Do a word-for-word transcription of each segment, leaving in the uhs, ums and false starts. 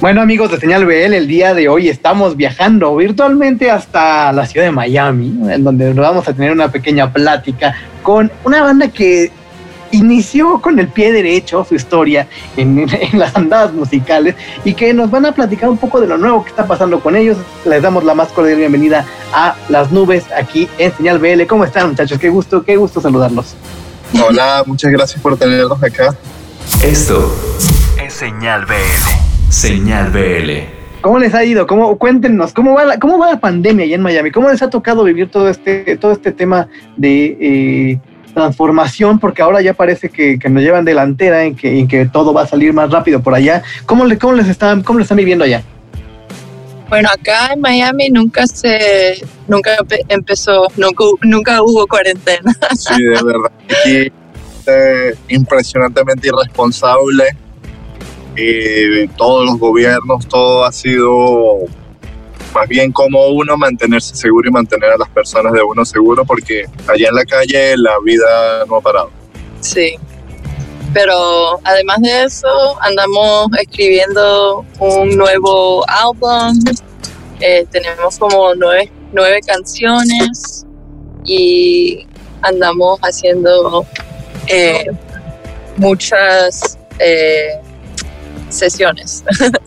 Bueno, amigos de Señal B L, el día de hoy estamos viajando virtualmente hasta la ciudad de Miami, en donde vamos a tener una pequeña plática con una banda que inició con el pie derecho su historia en, en las andadas musicales y que nos van a platicar un poco de lo nuevo que está pasando con ellos. Les damos la más cordial bienvenida a Las Nubes aquí en Señal B L. ¿Cómo están, muchachos? Qué gusto, qué gusto saludarlos. Hola, muchas gracias por tenernos acá. Esto es Señal B L. Señal B L. ¿Cómo les ha ido? ¿Cómo, cuéntenos, ¿cómo va, la, ¿cómo va la pandemia allá en Miami? ¿Cómo les ha tocado vivir todo este, todo este tema de eh, transformación? Porque ahora ya parece que, que nos llevan delantera en que, en que todo va a salir más rápido por allá. ¿Cómo, le, cómo, les están, ¿Cómo les están viviendo allá? Bueno, acá en Miami nunca se, nunca empezó, nunca, nunca hubo cuarentena. Sí, de verdad. Aquí eh, impresionantemente irresponsable. Y todos los gobiernos, todo ha sido más bien como uno mantenerse seguro y mantener a las personas de uno seguro, porque allá en la calle la vida no ha parado. Sí, pero además de eso andamos escribiendo un nuevo álbum, eh, tenemos como nueve, nueve canciones y andamos haciendo eh, muchas... Eh, sesiones.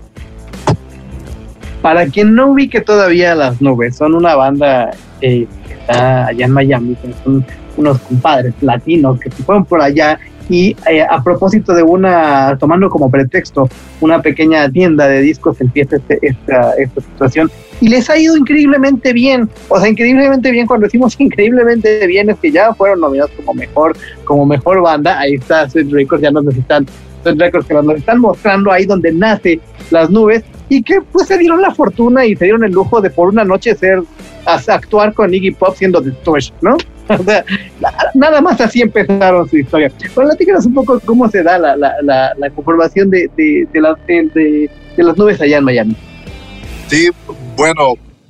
Para quien no ubique todavía Las Nubes, son una banda eh, que está allá en Miami, son unos compadres latinos que se fueron por allá y eh, a propósito de una, tomando como pretexto una pequeña tienda de discos, empieza este, esta, esta situación y les ha ido increíblemente bien. O sea, increíblemente bien, cuando decimos increíblemente bien es que ya fueron nominados como mejor, como mejor banda. Ahí está Sweet Records, ya nos están Records que nos están mostrando ahí donde nace Las Nubes, y que pues se dieron la fortuna y se dieron el lujo de por una noche ser, actuar con Iggy Pop siendo The Stooges, ¿no? O sea, nada más así empezaron su historia. Bueno, platícanos un poco cómo se da la, la, la, la conformación de, de, de, la, de, de, de Las Nubes allá en Miami. Sí, bueno,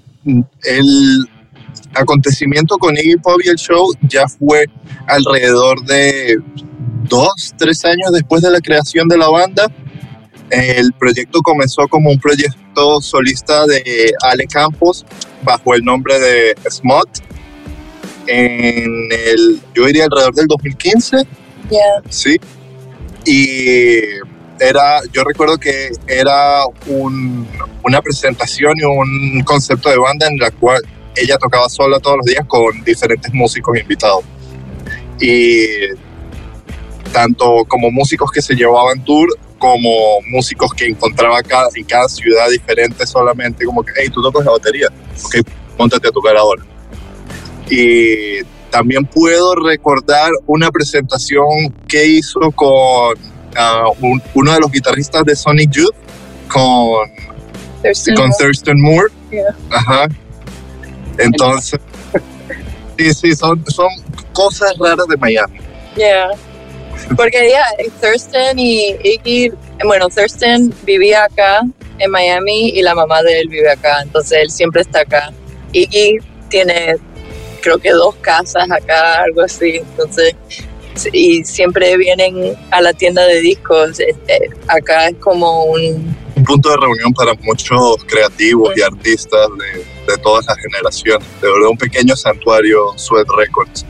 el acontecimiento con Iggy Pop y el show ya fue alrededor de dos, tres años después de la creación de la banda. El proyecto comenzó como un proyecto solista de Ale Campos bajo el nombre de Smot en el, yo diría alrededor del dos mil quince. Yeah. Sí. Y era, yo recuerdo que era un, una presentación y un concepto de banda en la cual ella tocaba sola todos los días con diferentes músicos invitados. Y tanto como músicos que se llevaban tour, como músicos que encontraba cada, en cada ciudad diferente, solamente como que, hey, tú tocas la batería, ok, móntate a tocar ahora. Y también puedo recordar una presentación que hizo con uh, un, uno de los guitarristas de Sonic Youth, con Thurston con Moore. Thurston Moore. Yeah. Ajá. Entonces, sí, sí, son, son cosas raras de Miami. Yeah. Porque ya, yeah, Thurston y Iggy, bueno, Thurston vivía acá en Miami y la mamá de él vive acá, entonces él siempre está acá. Iggy tiene, creo que dos casas acá, algo así, entonces, y siempre vienen a la tienda de discos. Este, acá es como un... un punto de reunión para muchos creativos y artistas de, de todas las generaciones. De verdad, un pequeño santuario, Sweat Records.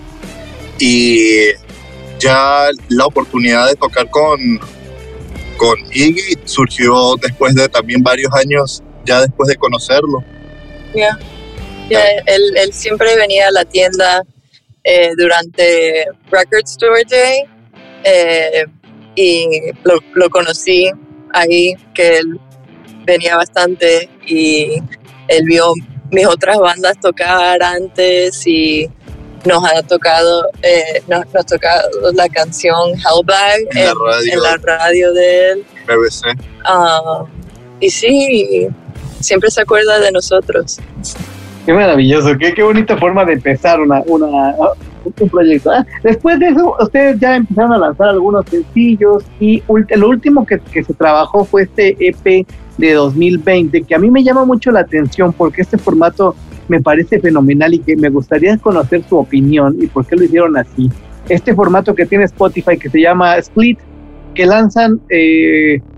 Y ya la oportunidad de tocar con, con Iggy surgió después de también varios años, ya después de conocerlo. Yeah. Yeah, él, él siempre venía a la tienda eh, durante Record Store Day eh, y lo, lo conocí ahí, que él venía bastante y él vio mis otras bandas tocar antes y nos ha tocado, eh, nos, nos tocado la canción Hellbag en, en, la, radio, en la radio de él. B B C. Uh, y sí, siempre se acuerda de nosotros. Qué maravilloso, qué, qué bonita forma de empezar una, una, un proyecto. Ah, después de eso, ustedes ya empezaron a lanzar algunos sencillos y ult- lo último que, que se trabajó fue este E P de dos mil veinte, que a mí me llama mucho la atención porque este formato me parece fenomenal y que me gustaría conocer su opinión y por qué lo hicieron así. Este formato que tiene Spotify que se llama Split, que lanzan eh,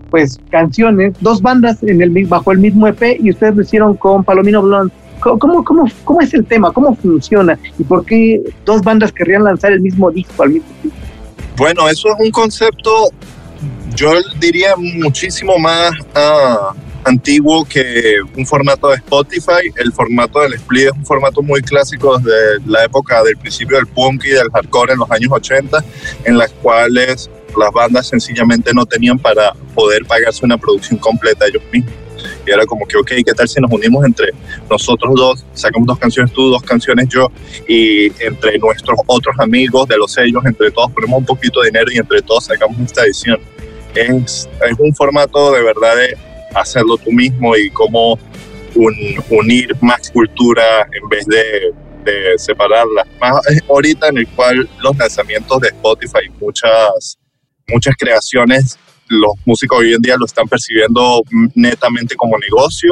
pues canciones, dos bandas en el bajo el mismo E P, y ustedes lo hicieron con Palomino Blonde. ¿Cómo, cómo, cómo es el tema? ¿Cómo funciona? ¿Y por qué dos bandas querrían lanzar el mismo disco al mismo tiempo? Bueno, eso es un concepto, yo diría, muchísimo más uh, antiguo que un formato de Spotify. El formato del split es un formato muy clásico desde la época del principio del punk y del hardcore en los años ochenta, en las cuales las bandas sencillamente no tenían para poder pagarse una producción completa ellos mismos. Y era como que, ok, ¿qué tal si nos unimos entre nosotros dos? Sacamos dos canciones tú, dos canciones yo, y entre nuestros otros amigos de los sellos, entre todos ponemos un poquito de dinero y entre todos sacamos esta edición. Es, es un formato de verdad de hacerlo tú mismo y cómo un, unir más cultura en vez de, de separarla. Más ahorita en el cual los lanzamientos de Spotify, muchas, muchas creaciones, los músicos hoy en día lo están percibiendo netamente como negocio,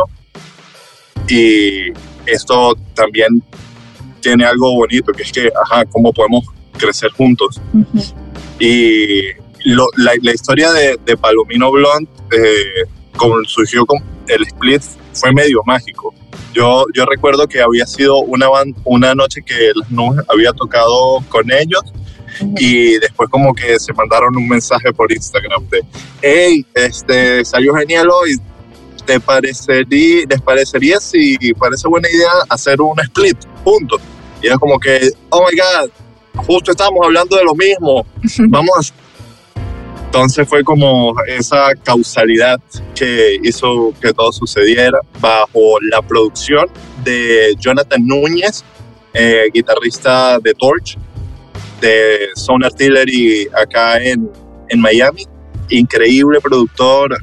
y esto también tiene algo bonito, que es que, ajá, cómo podemos crecer juntos. Uh-huh. Y lo, la, la historia de, de Palomino Blonde, eh, como surgió con el split, fue medio mágico. Yo, yo recuerdo que había sido una, una noche que Las Nubes había tocado con ellos, y después como que se mandaron un mensaje por Instagram de hey, este, salió genial hoy, ¿te parecería, les parecería si parece buena idea hacer un split juntos? Y era como que, oh my god, justo estábamos hablando de lo mismo, vamos a... Entonces fue como esa causalidad que hizo que todo sucediera, bajo la producción de Jonathan Núñez, eh, guitarrista de Torch, de Sound Artillery acá en, en Miami. Increíble productor,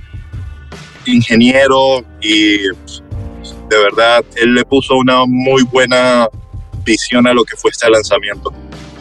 ingeniero, y de verdad él le puso una muy buena visión a lo que fue este lanzamiento.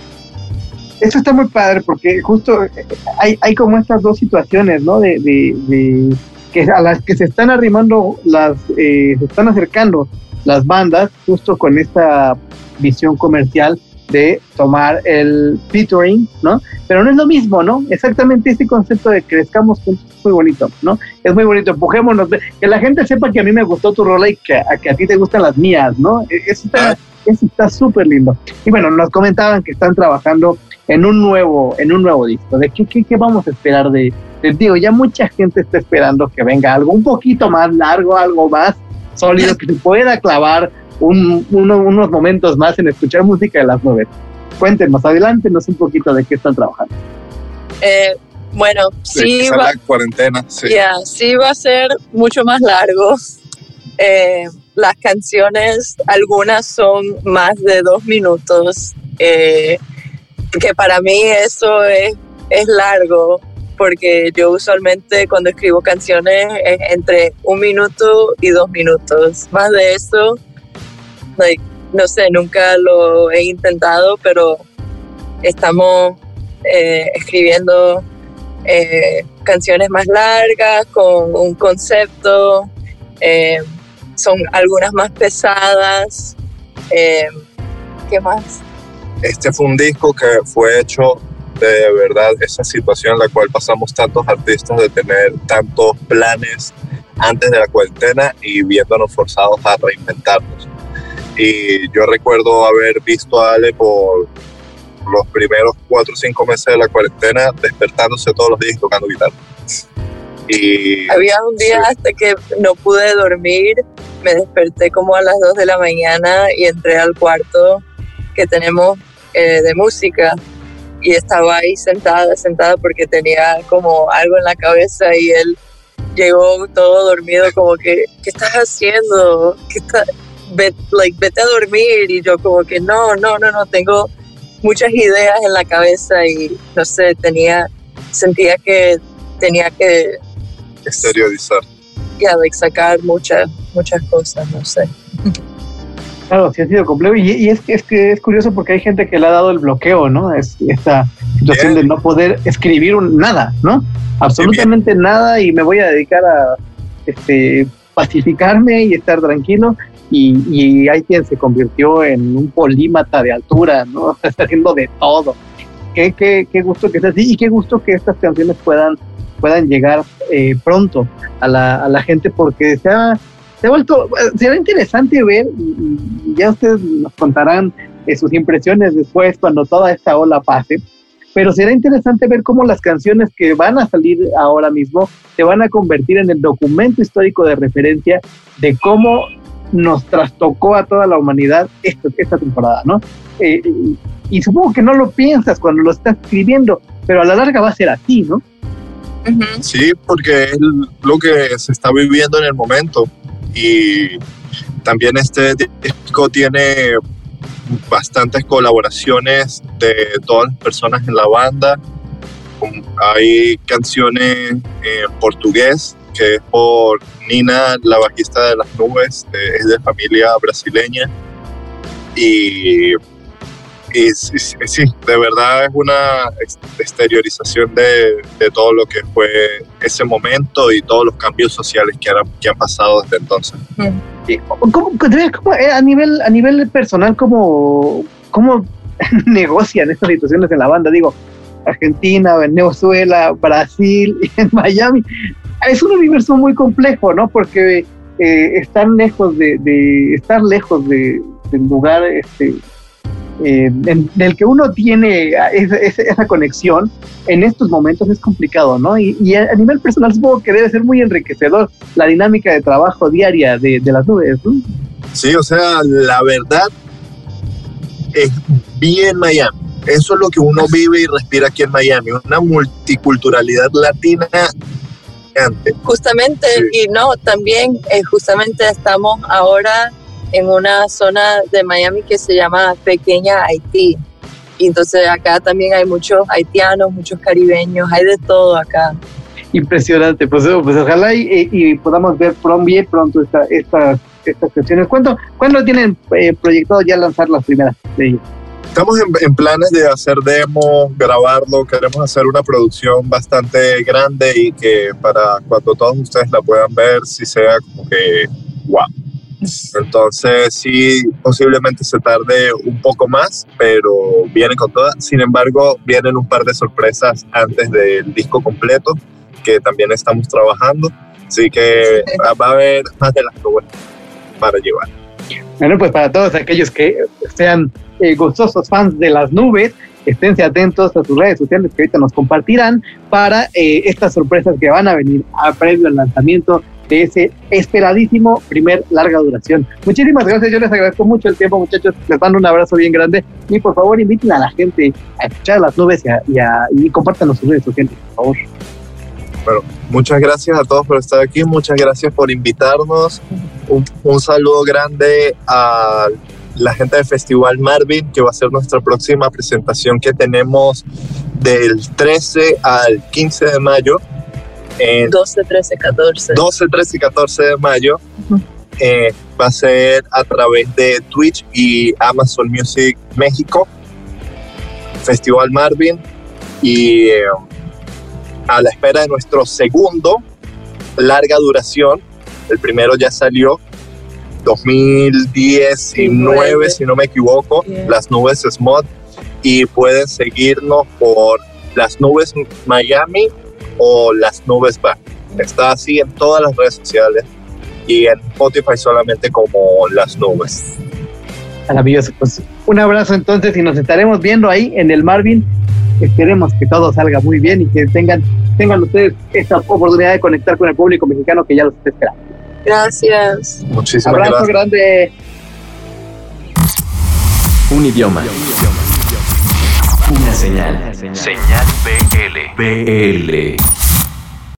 Eso está muy padre porque justo hay, hay como estas dos situaciones, ¿no? De, de, de que a las que se están arrimando las, eh, se están acercando las bandas justo con esta visión comercial de tomar el featuring, ¿no? Pero no es lo mismo, ¿no? Exactamente este concepto de crezcamos juntos es muy bonito, ¿no? Es muy bonito, empujémonos, que la gente sepa que a mí me gustó tu rola y que a, que a ti te gustan las mías, ¿no? Eso está, eso está súper lindo. Y bueno, nos comentaban que están trabajando en un nuevo, en un nuevo disco. ¿De qué, qué, qué vamos a esperar de, de digo, ya mucha gente está esperando que venga algo un poquito más largo, algo más sólido, que se pueda clavar Un, uno, unos momentos más en escuchar música de las novelas. Cuéntenos, adelántenos un poquito de qué están trabajando. Eh, bueno, sí va, la cuarentena, sí. Yeah, sí va a ser mucho más largo. Eh, las canciones, algunas son más de dos minutos, eh, que para mí eso es, es largo, porque yo usualmente cuando escribo canciones es entre un minuto y dos minutos. Más de eso, like, no sé, nunca lo he intentado, pero estamos eh, escribiendo eh, canciones más largas con un concepto, eh, son algunas más pesadas. Eh, ¿qué más? Este fue un disco que fue hecho de verdad, esa situación en la cual pasamos tantos artistas de tener tantos planes antes de la cuarentena y viéndonos forzados a reinventarnos. Y yo recuerdo haber visto a Ale por los primeros cuatro o cinco meses de la cuarentena despertándose todos los días tocando guitarra. Y había un día sí. hasta que no pude dormir, me desperté como a las dos de la mañana y entré al cuarto que tenemos eh, de música y estaba ahí sentada, sentada porque tenía como algo en la cabeza y él llegó todo dormido como que, ¿qué estás haciendo? ¿Qué está? Vete, like, vete a dormir, y yo como que no, no, no, no, tengo muchas ideas en la cabeza y no sé, tenía, sentía que tenía que exteriorizar. Ya, yeah, like, sacar muchas, muchas cosas, no sé. Claro, sí ha sido complejo y, y es que es que es curioso porque hay gente que le ha dado el bloqueo, ¿no? Es esta situación Bien. de no poder escribir un, nada, ¿no? Absolutamente Bien. nada, y me voy a dedicar a este pacificarme y estar tranquilo. Y, y hay quien se convirtió en un polímata de altura, ¿no? Está haciendo de todo. Qué, qué, qué gusto que sea así y qué gusto que estas canciones puedan puedan llegar eh, pronto a la, a la gente, porque se ha, se ha vuelto, será interesante ver, y ya ustedes nos contarán eh, sus impresiones después cuando toda esta ola pase, pero será interesante ver cómo las canciones que van a salir ahora mismo se van a convertir en el documento histórico de referencia de cómo nos trastocó a toda la humanidad esta, esta temporada, ¿no? Eh, y, y supongo que no lo piensas cuando lo estás escribiendo, pero a la larga va a ser así, ¿no? Sí, porque es lo que se está viviendo en el momento, y también este disco tiene bastantes colaboraciones de todas las personas en la banda. Hay canciones en portugués, que es por Nina, la bajista de Las Nubes, de, es de familia brasileña, y, y sí, sí, de verdad es una exteriorización de, de todo lo que fue ese momento y todos los cambios sociales que han, que han pasado desde entonces. ¿Cómo, cómo, cómo, a, nivel, a nivel personal, cómo, cómo negocian estas situaciones en la banda? Digo, Argentina, Venezuela, Brasil y en Miami. Es un universo muy complejo, ¿no? Porque eh, están lejos de, de estar lejos de, del lugar este, eh, en, en el que uno tiene esa, esa conexión. En estos momentos es complicado, ¿no? Y, y a, a nivel personal supongo que debe ser muy enriquecedor la dinámica de trabajo diaria de, de Las Nubes, ¿no? Sí, o sea, la verdad es bien Miami. Eso es lo que uno vive y respira aquí en Miami, una multiculturalidad latina gigante. Justamente, sí. Y no, también eh, justamente estamos ahora en una zona de Miami que se llama Pequeña Haití. Y entonces acá también hay muchos haitianos, muchos caribeños, hay de todo acá. Impresionante, pues, pues ojalá y, y podamos ver bien pronto esta, esta, estas cuestiones. ¿Cuándo, ¿cuándo tienen eh, proyectado ya lanzar las primeras de ellas? Estamos en, en planes de hacer demos, grabarlo, queremos hacer una producción bastante grande y que para cuando todos ustedes la puedan ver, sí sea como que wow. Entonces sí, posiblemente se tarde un poco más, pero viene con todas. Sin embargo, vienen un par de sorpresas antes del disco completo que también estamos trabajando, así que va a haber más de las nubes para llevar. Bueno, pues para todos aquellos que sean eh, gozosos fans de Las Nubes, esténse atentos a sus redes sociales que ahorita nos compartirán para eh, estas sorpresas que van a venir a previo al lanzamiento de ese esperadísimo primer larga duración. Muchísimas gracias, yo les agradezco mucho el tiempo, muchachos, les mando un abrazo bien grande y por favor inviten a la gente a escuchar Las Nubes y, a, y, a, y compártanos sus redes sociales, por favor. Bueno, muchas gracias a todos por estar aquí, muchas gracias por invitarnos, un, un saludo grande a la gente del Festival Marvin, que va a ser nuestra próxima presentación que tenemos del trece al quince de mayo. En doce, trece, catorce. doce, trece y catorce de mayo. Uh-huh. Eh, va a ser a través de Twitch y Amazon Music México, Festival Marvin, y eh, a la espera de nuestro segundo larga duración. El primero ya salió dos mil diecinueve, si no me equivoco, yeah. Las Nubes Smod, y pueden seguirnos por Las Nubes Miami o Las Nubes Bar. Está así en todas las redes sociales y en Spotify solamente como Las Nubes. Maravilloso, pues un abrazo entonces y nos estaremos viendo ahí en el Marvin. Esperemos que todo salga muy bien y que tengan, tengan ustedes esta oportunidad de conectar con el público mexicano que ya los está esperando. Gracias. Muchísimas abrazo gracias. grande. Un idioma. Una señal. Señal B L. B L.